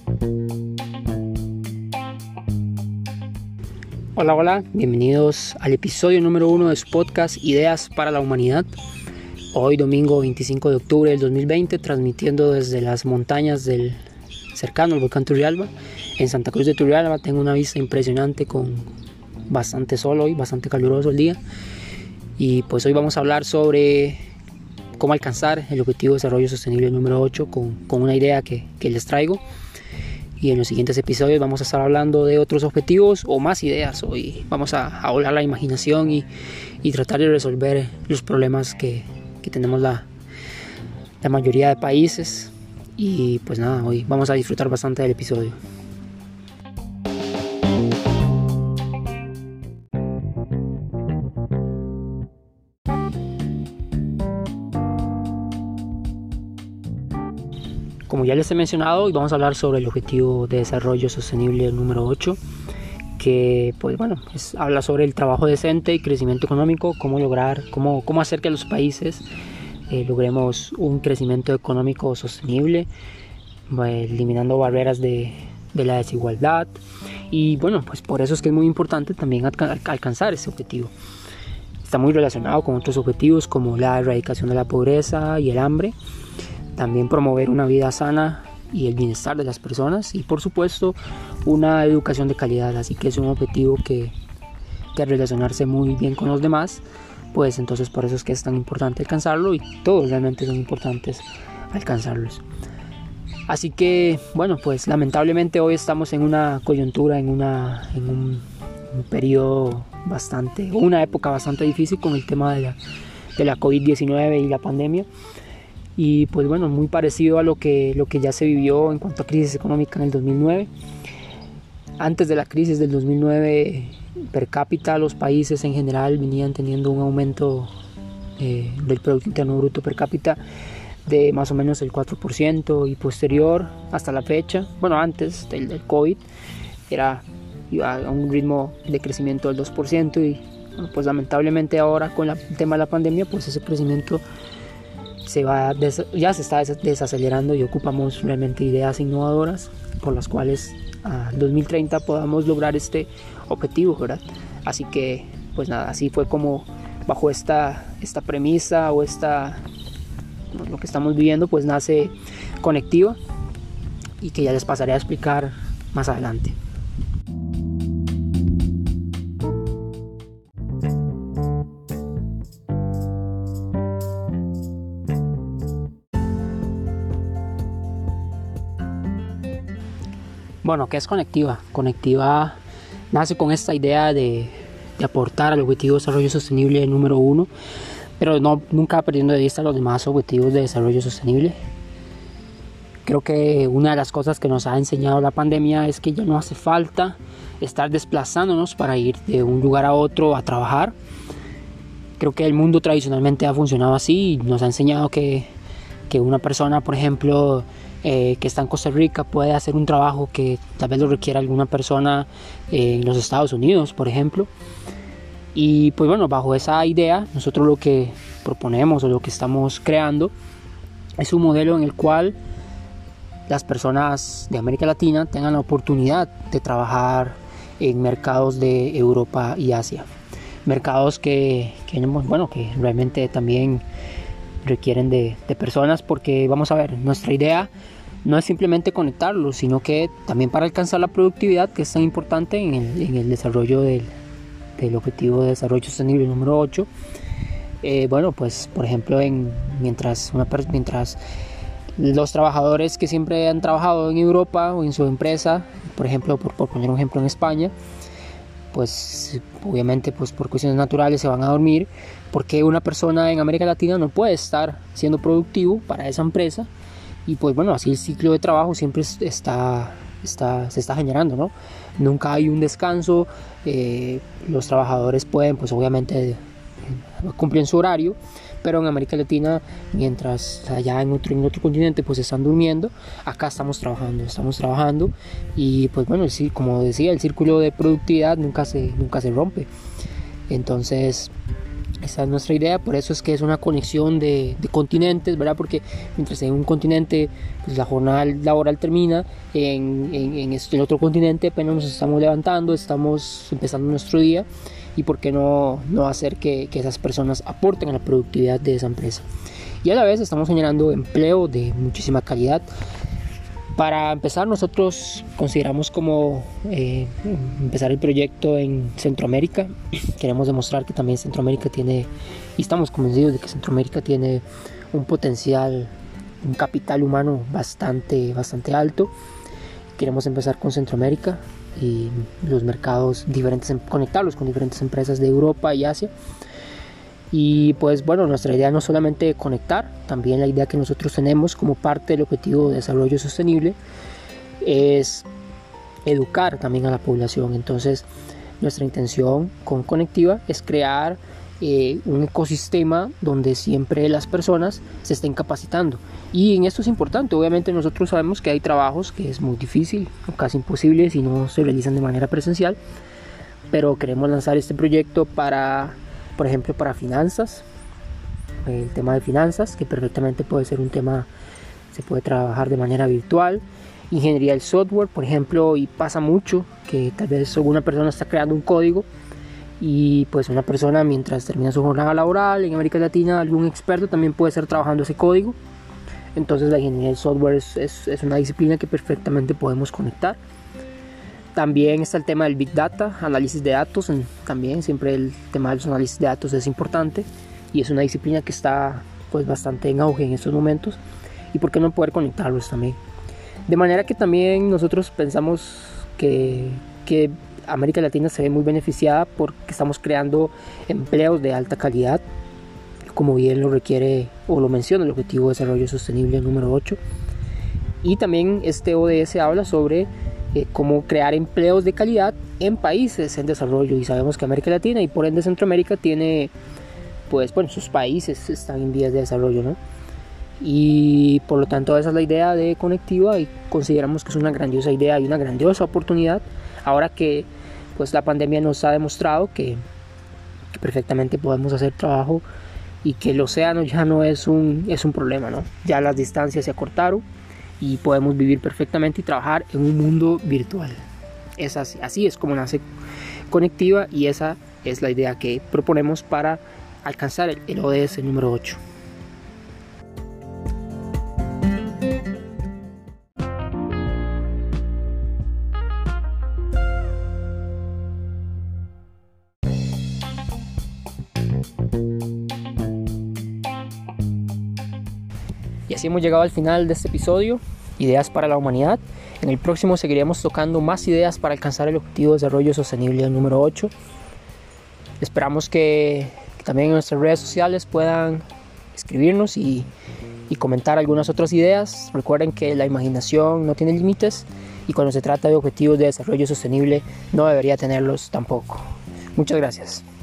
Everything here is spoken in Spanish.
Hola, bienvenidos al episodio número 1 de su podcast Ideas para la Humanidad. Hoy domingo 25 de octubre del 2020, transmitiendo desde las montañas del cercano al volcán Turrialba. En Santa Cruz de Turrialba tengo una vista impresionante con bastante sol hoy, bastante caluroso el día. Y pues hoy vamos a hablar sobre cómo alcanzar el objetivo de desarrollo sostenible número 8 con una idea que les traigo. Y en los siguientes episodios vamos a estar hablando de otros objetivos o más ideas. Hoy vamos a volar la imaginación y tratar de resolver los problemas que tenemos la mayoría de países. Y pues nada, hoy vamos a disfrutar bastante del episodio. Como ya les he mencionado, hoy vamos a hablar sobre el objetivo de desarrollo sostenible número 8, que habla sobre el trabajo decente y crecimiento económico, cómo hacer que los países logremos un crecimiento económico sostenible, eliminando barreras de la desigualdad. Y bueno, pues por eso es que es muy importante también alcanzar ese objetivo. Está muy relacionado con otros objetivos como la erradicación de la pobreza y el hambre. También promover una vida sana y el bienestar de las personas y por supuesto una educación de calidad. Así que es un objetivo que relacionarse muy bien con los demás, pues entonces por eso es que es tan importante alcanzarlo y todos realmente son importantes alcanzarlos. Así que bueno, pues lamentablemente hoy estamos en una coyuntura, en un periodo una época bastante difícil con el tema de la COVID-19 y la pandemia. Y pues bueno, muy parecido a lo que ya se vivió en cuanto a crisis económica en el 2009. Antes de la crisis del 2009, per cápita, los países en general venían teniendo un aumento del Producto Interno Bruto per cápita de más o menos el 4%, y posterior hasta la fecha, antes del COVID, iba a un ritmo de crecimiento del 2%, y pues lamentablemente ahora con el tema de la pandemia, pues ese crecimiento ya se está desacelerando y ocupamos realmente ideas innovadoras por las cuales a 2030 podamos lograr este objetivo, ¿verdad? Así que pues nada, así fue como bajo esta premisa o lo que estamos viviendo, pues nace Conectiva, y que ya les pasaré a explicar más adelante. Bueno, ¿qué es Conectiva? Conectiva nace con esta idea de aportar al objetivo de desarrollo sostenible número 1, pero nunca perdiendo de vista los demás objetivos de desarrollo sostenible. Creo que una de las cosas que nos ha enseñado la pandemia es que ya no hace falta estar desplazándonos para ir de un lugar a otro a trabajar. Creo que el mundo tradicionalmente ha funcionado así y nos ha enseñado que una persona, por ejemplo, que está en Costa Rica puede hacer un trabajo que tal vez lo requiera alguna persona en los Estados Unidos, por ejemplo. Y pues bueno, bajo esa idea, nosotros lo que proponemos o lo que estamos creando es un modelo en el cual las personas de América Latina tengan la oportunidad de trabajar en mercados de Europa y Asia. Mercados que realmente también requieren de personas, porque vamos a ver, nuestra idea no es simplemente conectarlos, sino que también para alcanzar la productividad, que es tan importante en el desarrollo del objetivo de desarrollo sostenible número 8. Pues por ejemplo, mientras los trabajadores que siempre han trabajado en Europa o en su empresa, por ejemplo, por poner un ejemplo en España, pues obviamente pues por cuestiones naturales se van a dormir, porque una persona en América Latina no puede estar siendo productivo para esa empresa. Y pues bueno, así el ciclo de trabajo siempre se está generando, ¿no? Nunca hay un descanso. Los trabajadores pueden, pues obviamente cumplen su horario, pero en América Latina, mientras allá en otro continente pues están durmiendo, acá estamos trabajando, y pues bueno, sí, como decía, el círculo de productividad nunca se rompe. Entonces Esa es nuestra idea, por eso es que es una conexión de continentes, ¿verdad? Porque mientras en un continente pues, la jornada laboral termina, en el otro continente apenas nos estamos levantando, estamos empezando nuestro día, y por qué no hacer que esas personas aporten a la productividad de esa empresa. Y a la vez estamos generando empleo de muchísima calidad. Para empezar, nosotros consideramos como empezar el proyecto en Centroamérica. Queremos demostrar que también Centroamérica tiene, y estamos convencidos de que Centroamérica tiene un potencial, un capital humano bastante alto. Queremos empezar con Centroamérica y los mercados diferentes, conectarlos con diferentes empresas de Europa y Asia. Y pues bueno, nuestra idea no solamente conectar, también la idea que nosotros tenemos como parte del objetivo de desarrollo sostenible es educar también a la población. Entonces nuestra intención con Conectiva es crear un ecosistema donde siempre las personas se estén capacitando, y en esto es importante. Obviamente nosotros sabemos que hay trabajos que es muy difícil o casi imposible si no se realizan de manera presencial, pero queremos lanzar este proyecto para, por ejemplo, para finanzas, el tema de finanzas, que perfectamente puede ser un tema, se puede trabajar de manera virtual. Ingeniería del software, por ejemplo, y pasa mucho que tal vez alguna persona está creando un código y pues una persona mientras termina su jornada laboral en América Latina, algún experto también puede estar trabajando ese código. Entonces la ingeniería del software es una disciplina que perfectamente podemos conectar. También está el tema del Big Data, análisis de datos. También siempre el tema de los análisis de datos es importante y es una disciplina que está pues bastante en auge en estos momentos, y por qué no poder conectarlos también. De manera que también nosotros pensamos que América Latina se ve muy beneficiada porque estamos creando empleos de alta calidad, como bien lo requiere o lo menciona el Objetivo de Desarrollo Sostenible número 8. Y también este ODS habla sobre cómo crear empleos de calidad en países en desarrollo, y sabemos que América Latina y por ende Centroamérica tiene, pues bueno, sus países están en vías de desarrollo, ¿no? Y por lo tanto esa es la idea de Conectiva, y consideramos que es una grandiosa idea y una grandiosa oportunidad ahora que pues la pandemia nos ha demostrado que perfectamente podemos hacer trabajo y que el océano ya no es un problema, ¿no? Ya las distancias se acortaron y podemos vivir perfectamente y trabajar en un mundo virtual. Es así es como nace Conectiva, y esa es la idea que proponemos para alcanzar el ODS número 8. Y así hemos llegado al final de este episodio, Ideas para la Humanidad. En el próximo seguiremos tocando más ideas para alcanzar el Objetivo de Desarrollo Sostenible número 8. Esperamos que también en nuestras redes sociales puedan escribirnos y comentar algunas otras ideas. Recuerden que la imaginación no tiene límites, y cuando se trata de objetivos de desarrollo sostenible no debería tenerlos tampoco. Muchas gracias.